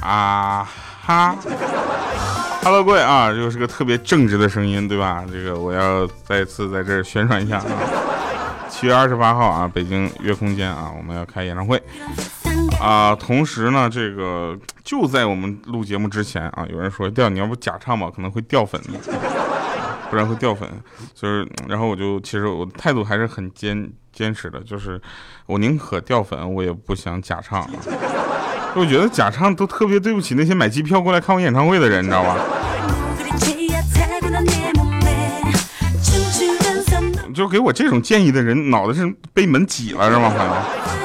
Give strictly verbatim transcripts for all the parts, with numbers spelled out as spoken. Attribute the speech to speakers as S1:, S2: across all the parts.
S1: 啊哈 ，Hello 各位啊，又是个特别正直的声音，对吧？这个我要再次在这儿宣传一下啊，七月二十八号啊，北京月空间啊，我们要开演唱会啊。同时呢，这个就在我们录节目之前啊，有人说掉你要不假唱吧，可能会掉粉，不然会掉粉。就是，然后我就其实我的态度还是很坚坚持的，就是我宁可掉粉，我也不想假唱。我觉得假唱都特别对不起那些买机票过来看我演唱会的人，你知道吧？就给我这种建议的人，脑袋是被门挤了是吗，朋友？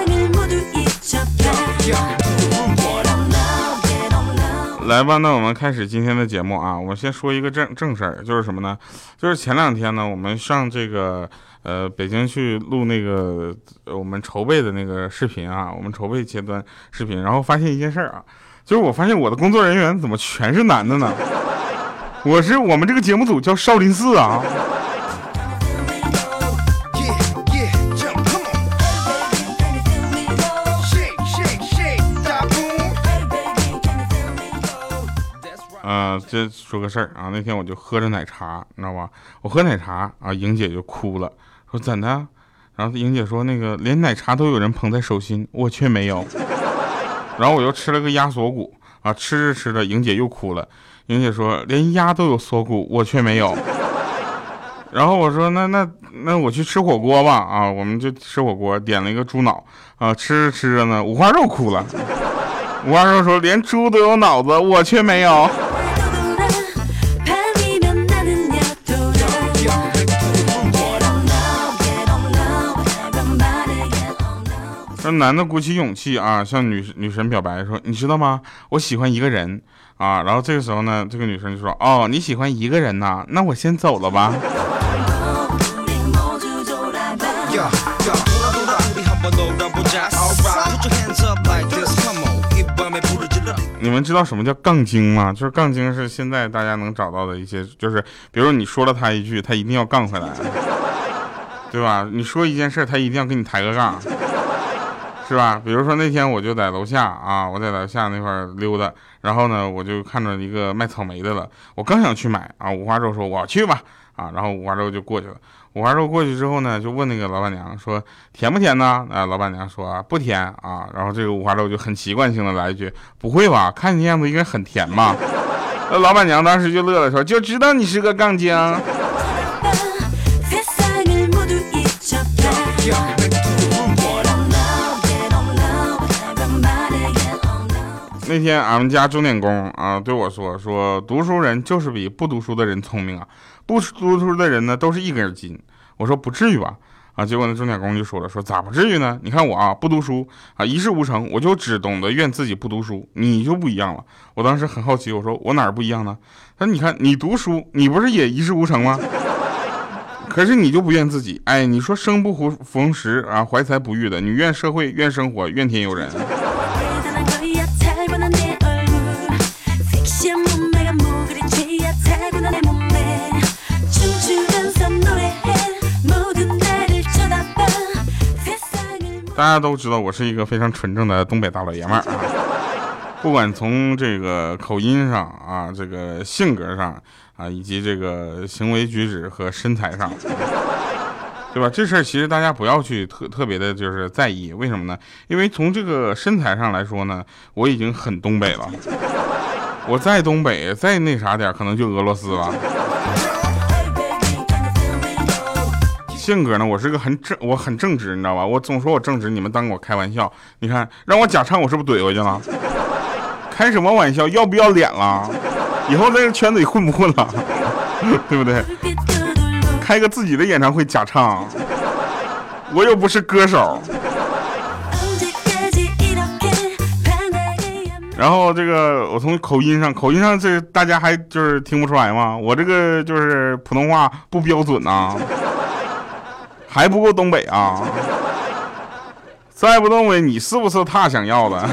S1: 来吧，那我们开始今天的节目啊！我先说一个正正事儿，就是什么呢？就是前两天呢，我们上这个呃北京去录那个我们筹备的那个视频啊，我们筹备阶段视频，然后发现一件事儿啊，就是我发现我的工作人员怎么全是男的呢？我是我们这个节目组叫少林寺啊。呃，这说个事儿啊，那天我就喝着奶茶，你知道吧？我喝奶茶啊，莹姐就哭了，说怎的？然后莹姐说那个连奶茶都有人捧在手心，我却没有。然后我又吃了个鸭锁骨啊，吃着吃着，莹姐又哭了。莹姐说连鸭都有锁骨，我却没有。然后我说那那那我去吃火锅吧啊，我们就吃火锅，点了一个猪脑啊，吃着吃着呢，五花肉哭了。五花肉说连猪都有脑子，我却没有。这男的鼓起勇气啊，向女女神表白说：“你知道吗？我喜欢一个人啊。”然后这个时候呢，这个女生就说：“哦，你喜欢一个人呐？那我先走了吧。”你们知道什么叫杠精吗？就是杠精是现在大家能找到的一些，就是比如你说了他一句，他一定要杠回来，对吧？你说一件事，他一定要跟你抬个杠。是吧？比如说那天我就在楼下啊，我在楼下那块溜达，然后呢，我就看着一个卖草莓的了，我刚想去买啊，五花肉说我去吧啊，然后五花肉就过去了。五花肉过去之后呢，就问那个老板娘说甜不甜呢？啊，老板娘说不甜啊，然后这个五花肉就很习惯性的来一句不会吧，看你样子应该很甜吧？那老板娘当时就乐了说就知道你是个杠精。那天俺们家钟点工啊对我说说读书人就是比不读书的人聪明啊，不读书的人呢都是一根筋。我说不至于吧啊，结果呢钟点工就说了说咋不至于呢？你看我啊不读书啊一事无成，我就只懂得怨自己不读书，你就不一样了。我当时很好奇，我说我哪儿不一样呢？他说你看你读书，你不是也一事无成吗？可是你就不怨自己，哎，你说生不逢时啊，怀才不遇的，你怨社会，怨生活，怨天尤人。大家都知道我是一个非常纯正的东北大老爷们儿啊，不管从这个口音上啊，这个性格上啊，以及这个行为举止和身材上，对吧？这事儿其实大家不要去特特别的就是在意，为什么呢？因为从这个身材上来说呢，我已经很东北了，我在东北再那啥点可能就俄罗斯了。性格呢，我是个很正，我很正直，你知道吧？我总说我正直，你们当我开玩笑。你看，让我假唱，我是不是怼回去了？开什么玩笑？要不要脸了？以后在这圈子里混不混了？对不对？开个自己的演唱会假唱，我又不是歌手。然后这个我从口音上，口音上这大家还就是听不出来吗？我这个就是普通话不标准啊。还不够东北啊！再不东北，你是不是他想要的？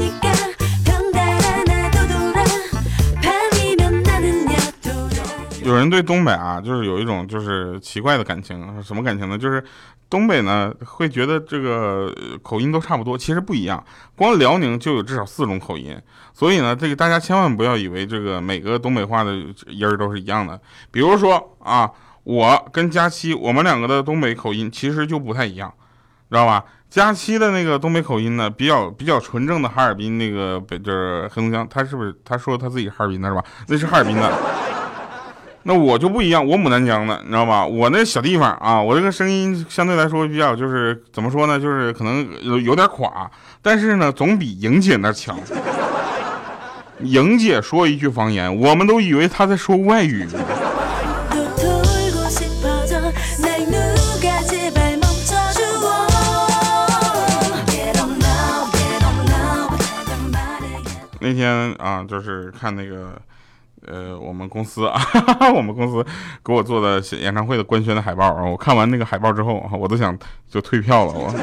S1: 有人对东北啊，就是有一种就是奇怪的感情，什么感情呢？就是东北呢会觉得这个口音都差不多，其实不一样。光辽宁就有至少四种口音，所以呢，这个大家千万不要以为这个每个东北话的音儿都是一样的。比如说啊，我跟佳期，我们两个的东北口音其实就不太一样，知道吧？佳期的那个东北口音呢，比较比较纯正的哈尔滨那个北就是黑龙江，他是不是他说他自己哈尔滨的是吧？那是哈尔滨的。那我就不一样，我牡丹江的，你知道吧？我那小地方啊，我这个声音相对来说比较就是怎么说呢，就是可能有有点垮，但是呢，总比莹姐那强。莹姐说一句方言，我们都以为她在说外语。那天啊，就是看那个。呃，我们公司啊，我们公司给我做的演唱会的官宣的海报啊，我看完那个海报之后，我都想就退票了。我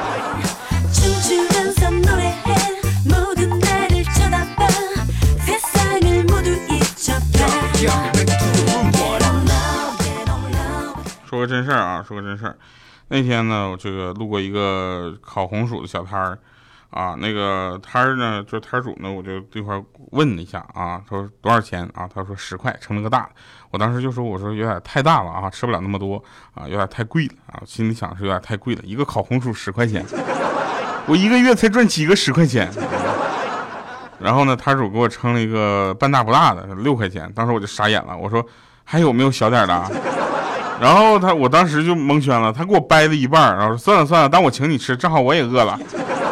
S1: 说个真事儿啊，说个真事儿。那天呢，我这个路过一个烤红薯的小摊儿。啊，那个摊儿呢，就摊主呢，我就这块问了一下啊，说多少钱啊？他说十块，称了个大。我当时就说，我说有点太大了啊，吃不了那么多啊，有点太贵了啊。心里想是有点太贵了，一个烤红薯十块钱，我一个月才赚几个十块钱。然后呢，摊主给我称了一个半大不大的六块钱，当时我就傻眼了，我说还有没有小点的啊？然后他，我当时就蒙圈了，他给我掰了一半，然后说算了算了，当我请你吃，正好我也饿了。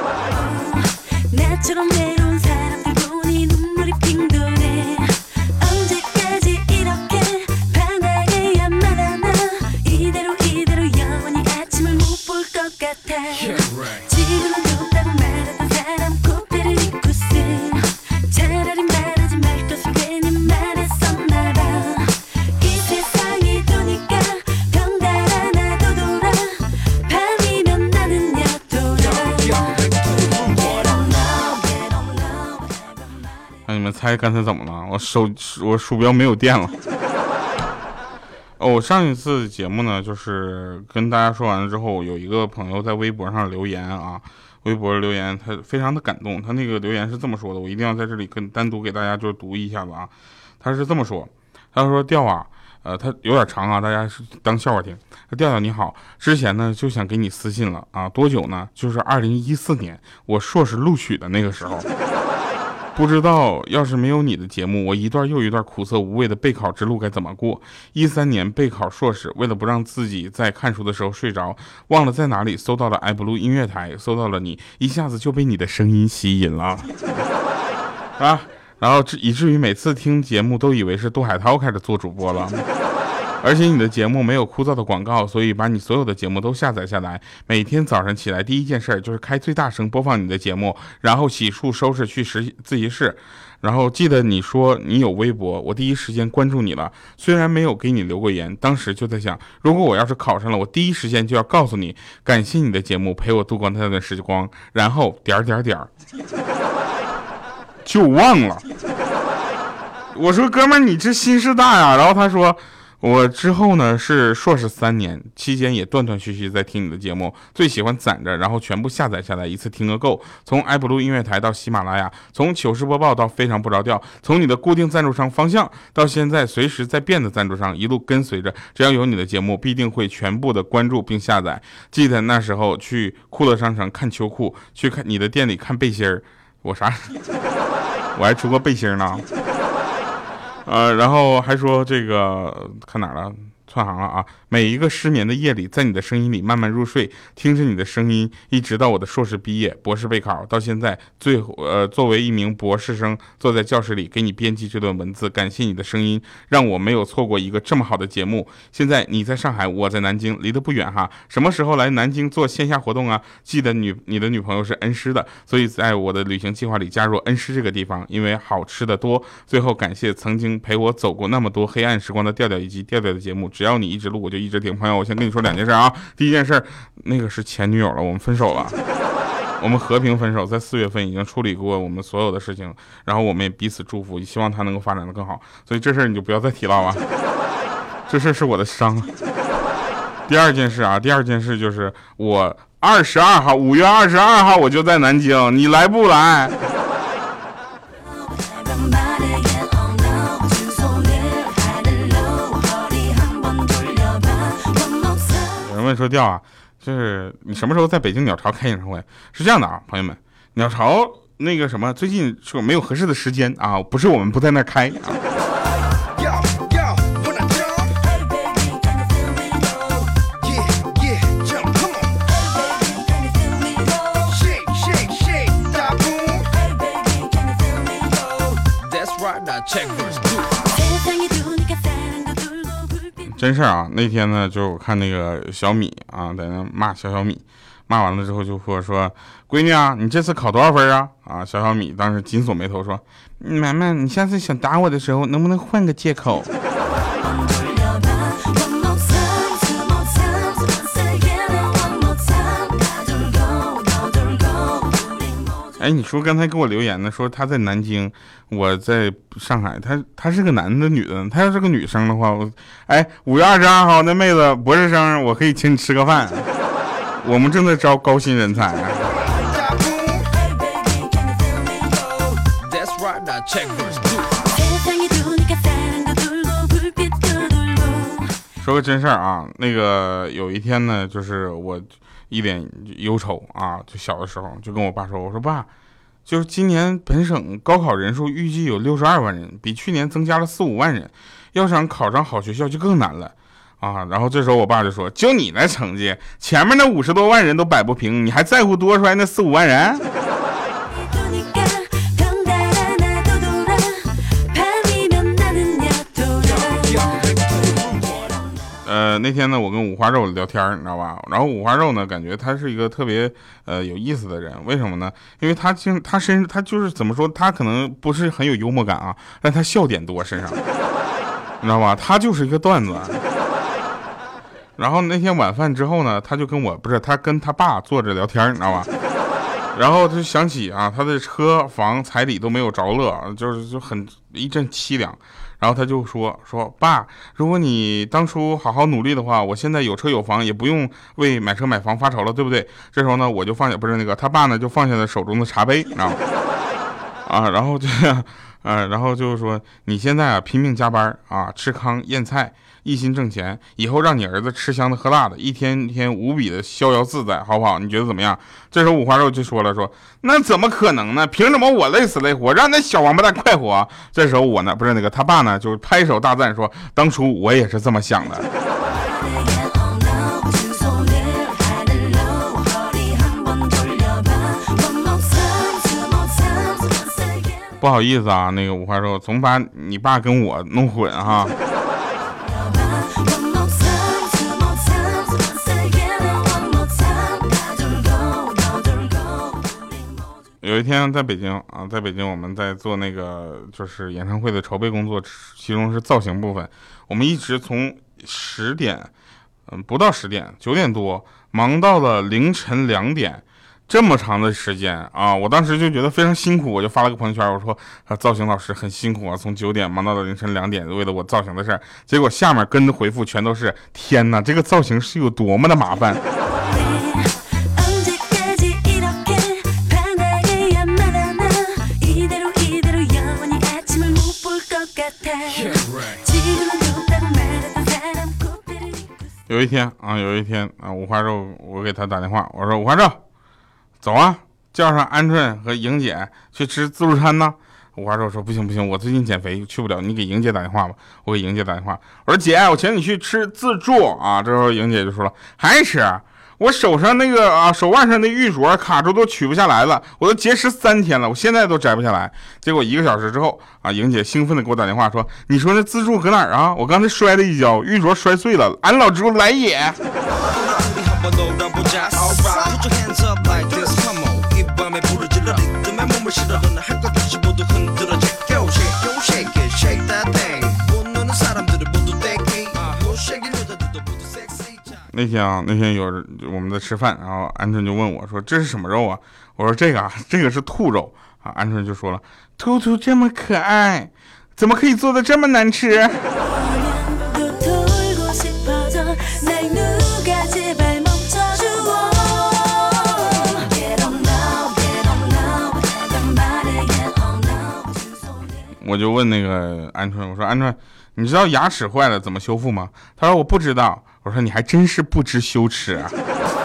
S1: 你们猜刚才怎么了？我手我鼠标没有电了。哦，上一次节目呢，就是跟大家说完了之后，有一个朋友在微博上留言啊，微博留言，他非常的感动。他那个留言是这么说的，我一定要在这里跟单独给大家就读一下子啊。他是这么说，他说调啊，呃，他有点长啊，大家是当笑话听。他调调你好，之前呢就想给你私信了啊，多久呢？就是二零一四年我硕士录取的那个时候。不知道要是没有你的节目，我一段又一段苦涩无味的备考之路该怎么过？一三年备考硕士，为了不让自己在看书的时候睡着，忘了在哪里搜到了 iBlue 音乐台，搜到了你，一下子就被你的声音吸引了啊！然后以至于每次听节目都以为是杜海涛开始做主播了。而且你的节目没有枯燥的广告，所以把你所有的节目都下载下来，每天早上起来第一件事就是开最大声播放你的节目，然后洗漱收拾去实自习室。然后记得你说你有微博，我第一时间关注你了，虽然没有给你留过言，当时就在想，如果我要是考上了，我第一时间就要告诉你，感谢你的节目陪我度过那段时光，然后点点点就忘了。我说哥们儿你这心事大呀，然后他说我之后呢是硕士三年，期间也断断续续在听你的节目，最喜欢攒着，然后全部下载下来，一次听个够。从 iBlue 音乐台到喜马拉雅，从糗事播报到非常不着调，从你的固定赞助商方向到现在随时在变的赞助商，一路跟随着，只要有你的节目，必定会全部的关注并下载。记得那时候去酷乐商城看秋裤，去看你的店里看背心儿，我啥？我还出过背心呢。呃，然后还说这个看哪儿了，串行了啊！每一个失眠的夜里，在你的声音里慢慢入睡，听着你的声音，一直到我的硕士毕业、博士备考，到现在最呃，作为一名博士生，坐在教室里给你编辑这段文字，感谢你的声音，让我没有错过一个这么好的节目。现在你在上海，我在南京，离得不远哈。什么时候来南京做线下活动啊？记得女你的女朋友是恩施的，所以在我的旅行计划里加入恩施这个地方，因为好吃的多。最后感谢曾经陪我走过那么多黑暗时光的调调以及调调的节目，只要你一直录，我就一直听。朋友，我先跟你说两件事啊。第一件事，那个是前女友了，我们分手了，我们和平分手，在四月份已经处理过我们所有的事情，然后我们也彼此祝福，希望他能够发展的更好。所以这事儿你就不要再提了吧。 这事是我的伤。第二件事啊，第二件事就是我二十二号，五月二十二号我就在南京，你来不来？有人问说调啊，就是你什么时候在北京鸟巢开演唱会？是这样的啊，朋友们，鸟巢那个什么，最近说没有合适的时间啊，不是我们不在那开啊。真事儿啊，那天呢，就我看那个小米啊，在那骂小小米，骂完了之后就说说，闺女啊，你这次考多少分啊？啊，小小米当时紧锁眉头说，妈妈，你下次想打我的时候，能不能换个借口？哎，你说刚才给我留言的说他在南京，我在上海，他他是个男的女的？他要是个女生的话，我哎，五月二十二号那妹子博士生，我可以请你吃个饭。我们正在招高薪人才。说个真事儿啊，那个有一天呢，就是我一脸忧愁啊，就小的时候就跟我爸说，我说爸，就是今年本省高考人数预计有六十二万人，比去年增加了四五万人，要想考上好学校就更难了啊。然后这时候我爸就说，就你那成绩，前面那五十多万人都摆不平，你还在乎多出来那四五万人？呃，那天呢，我跟五花肉聊天，你知道吧？然后五花肉呢，感觉他是一个特别呃有意思的人，为什么呢？因为他经他身他就是怎么说，他可能不是很有幽默感啊，但他笑点多身上，你知道吧？他就是一个段子。然后那天晚饭之后呢，他就跟我不是他跟他爸坐着聊天，你知道吧？然后就想起啊，他的车房彩礼都没有着落，就是就很一阵凄凉。然后他就说说爸，如果你当初好好努力的话，我现在有车有房，也不用为买车买房发愁了，对不对？这时候呢，我就放下不是那个他爸呢，就放下了手中的茶杯，啊啊，然后就啊，然后就是说你现在啊拼命加班啊，吃糠咽菜，一心挣钱，以后让你儿子吃香的喝辣的，一天天无比的逍遥自在，好不好？你觉得怎么样？这时候五花肉就说了说，那怎么可能呢？凭什么我累死累活，让那小王八蛋快活？这时候我呢，不是那个他爸呢，就拍手大赞说，当初我也是这么想的。不好意思啊，那个五花肉，总把你爸跟我弄混哈。有一天在北京啊，在北京我们在做那个就是演唱会的筹备工作，其中是造型部分，我们一直从十点，嗯，不到十点，九点多忙到了凌晨两点。这么长的时间啊，我当时就觉得非常辛苦，我就发了个朋友圈，我说啊，造型老师很辛苦啊，从九点忙到了凌晨两点，为了我造型的事儿。结果下面跟的回复全都是天哪，这个造型是有多么的麻烦。有一天啊，有一天啊，五花肉，我给他打电话，我说五花肉，走啊，叫上鹌鹑和莹姐去吃自助餐呢。五花肉说不行不行，我最近减肥去不了，你给莹姐打电话吧。我给莹姐打电话，我说姐，我请你去吃自助啊。这时候莹姐就说了，还吃？我手上那个啊，手腕上的玉镯卡住都取不下来了，我都节食三天了，我现在都摘不下来。结果一个小时之后啊，莹姐兴奋的给我打电话说，你说那自助搁哪儿啊？我刚才摔了一跤，玉镯摔碎了，俺老朱来也。那天啊，那天有我们在吃饭，然后鹌鹑就问我说：“这是什么肉啊？”我说：“这个啊，这个是兔肉啊。”鹌鹑就说了：“兔兔这么可爱，怎么可以做的这么难吃？” 我就问那个鹌鹑，我说鹌鹑，你知道牙齿坏了怎么修复吗？他说我不知道。我说你还真是不知羞耻啊。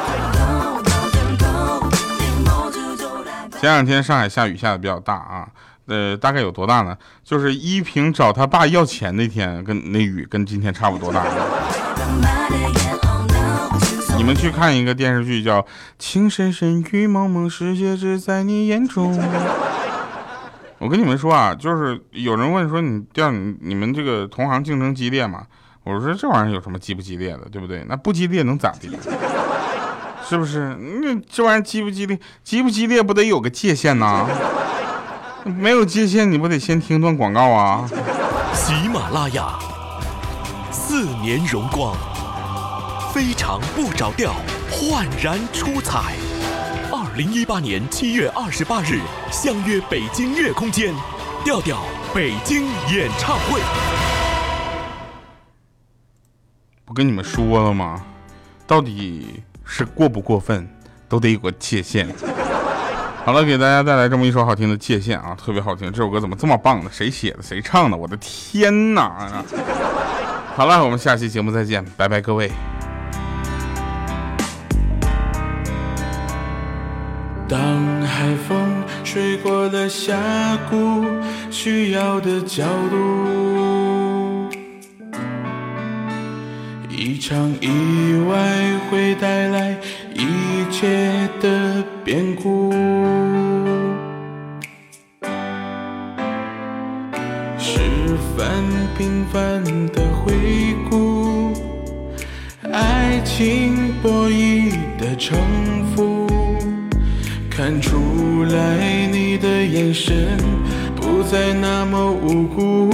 S1: 前两天上海下雨下的比较大啊，呃，大概有多大呢？就是依萍找他爸要钱那天，跟那雨跟今天差不多大。你们去看一个电视剧叫《情深深雨蒙蒙，世界只在你眼中》。我跟你们说啊，就是有人问说你这样你们这个同行竞争激烈吗？我说这玩意儿有什么激不激烈的，对不对？那不激烈能咋地？是不是？那这玩意儿激不激烈？激不激烈不得有个界限呐？没有界限，你不得先听段广告啊？
S2: 喜马拉雅，四年荣光，非常不着调，焕然出彩。二零一八年七月二十八日，相约北京乐空间，调调北京演唱会。
S1: 不跟你们说了吗？到底是过不过分，都得有个界限。好了，给大家带来这么一首好听的《界限》啊，特别好听。这首歌怎么这么棒呢？谁写的？谁唱的？我的天哪！好了，我们下期节目再见，拜拜，各位。
S3: 当海风吹过了峡谷，需要的角度，一场意外会带来一切的变故，是反平凡的回顾，爱情博弈的城府，看出来你的眼神不再那么无辜。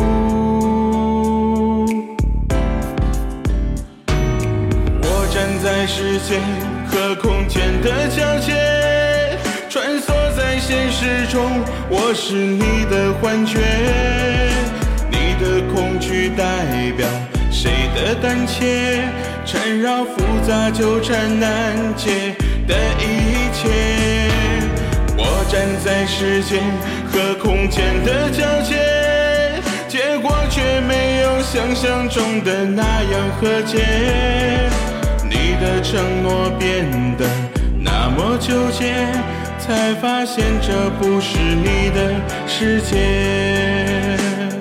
S3: 我站在时间和空间的交界，穿梭在现实中，我是你的幻觉，你的恐惧代表谁的胆怯，缠绕复杂纠缠难解的一切。我站在时间和空间的交界，结果却没有想象中的那样和解，你的承诺变得那么纠结，才发现这不是你的世界。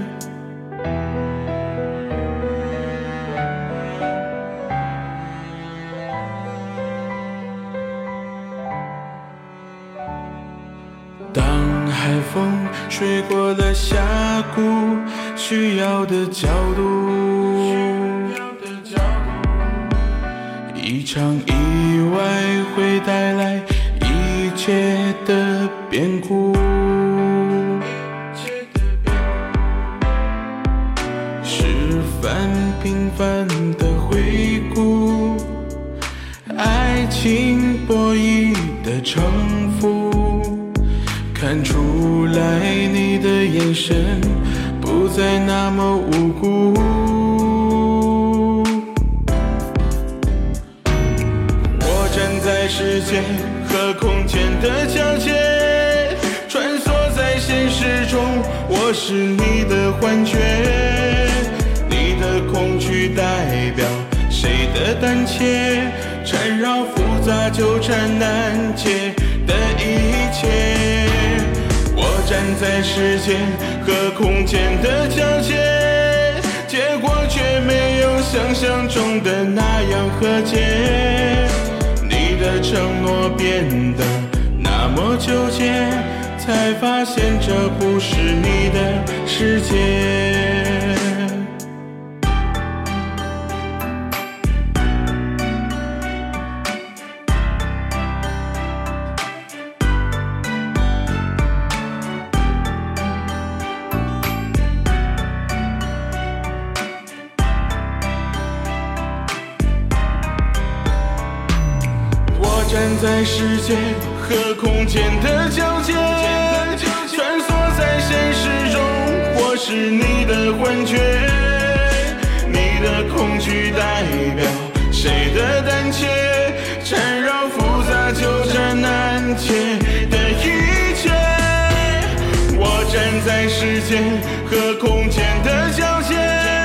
S3: 当海风吹过了峡谷，需要的角度，一场意外会带来一切的变故，是反平凡的回顾，爱情博弈的城府，看出来你的眼神不再那么无辜。我站在时间和空间的交界，穿梭在现实中，我是你的幻觉，你的恐惧代表谁的胆怯，缠绕复杂纠缠难解的一切。我站在时间和空间的交界，结果却没有想象中的那样和解，你的承诺变得那么纠结，才发现这不是你的世界。站在时间和空间的交界，穿梭在现实中，我是你的幻觉，你的恐惧代表谁的胆怯，缠绕复杂纠缠难解的一切。我站在时间和空间的交界，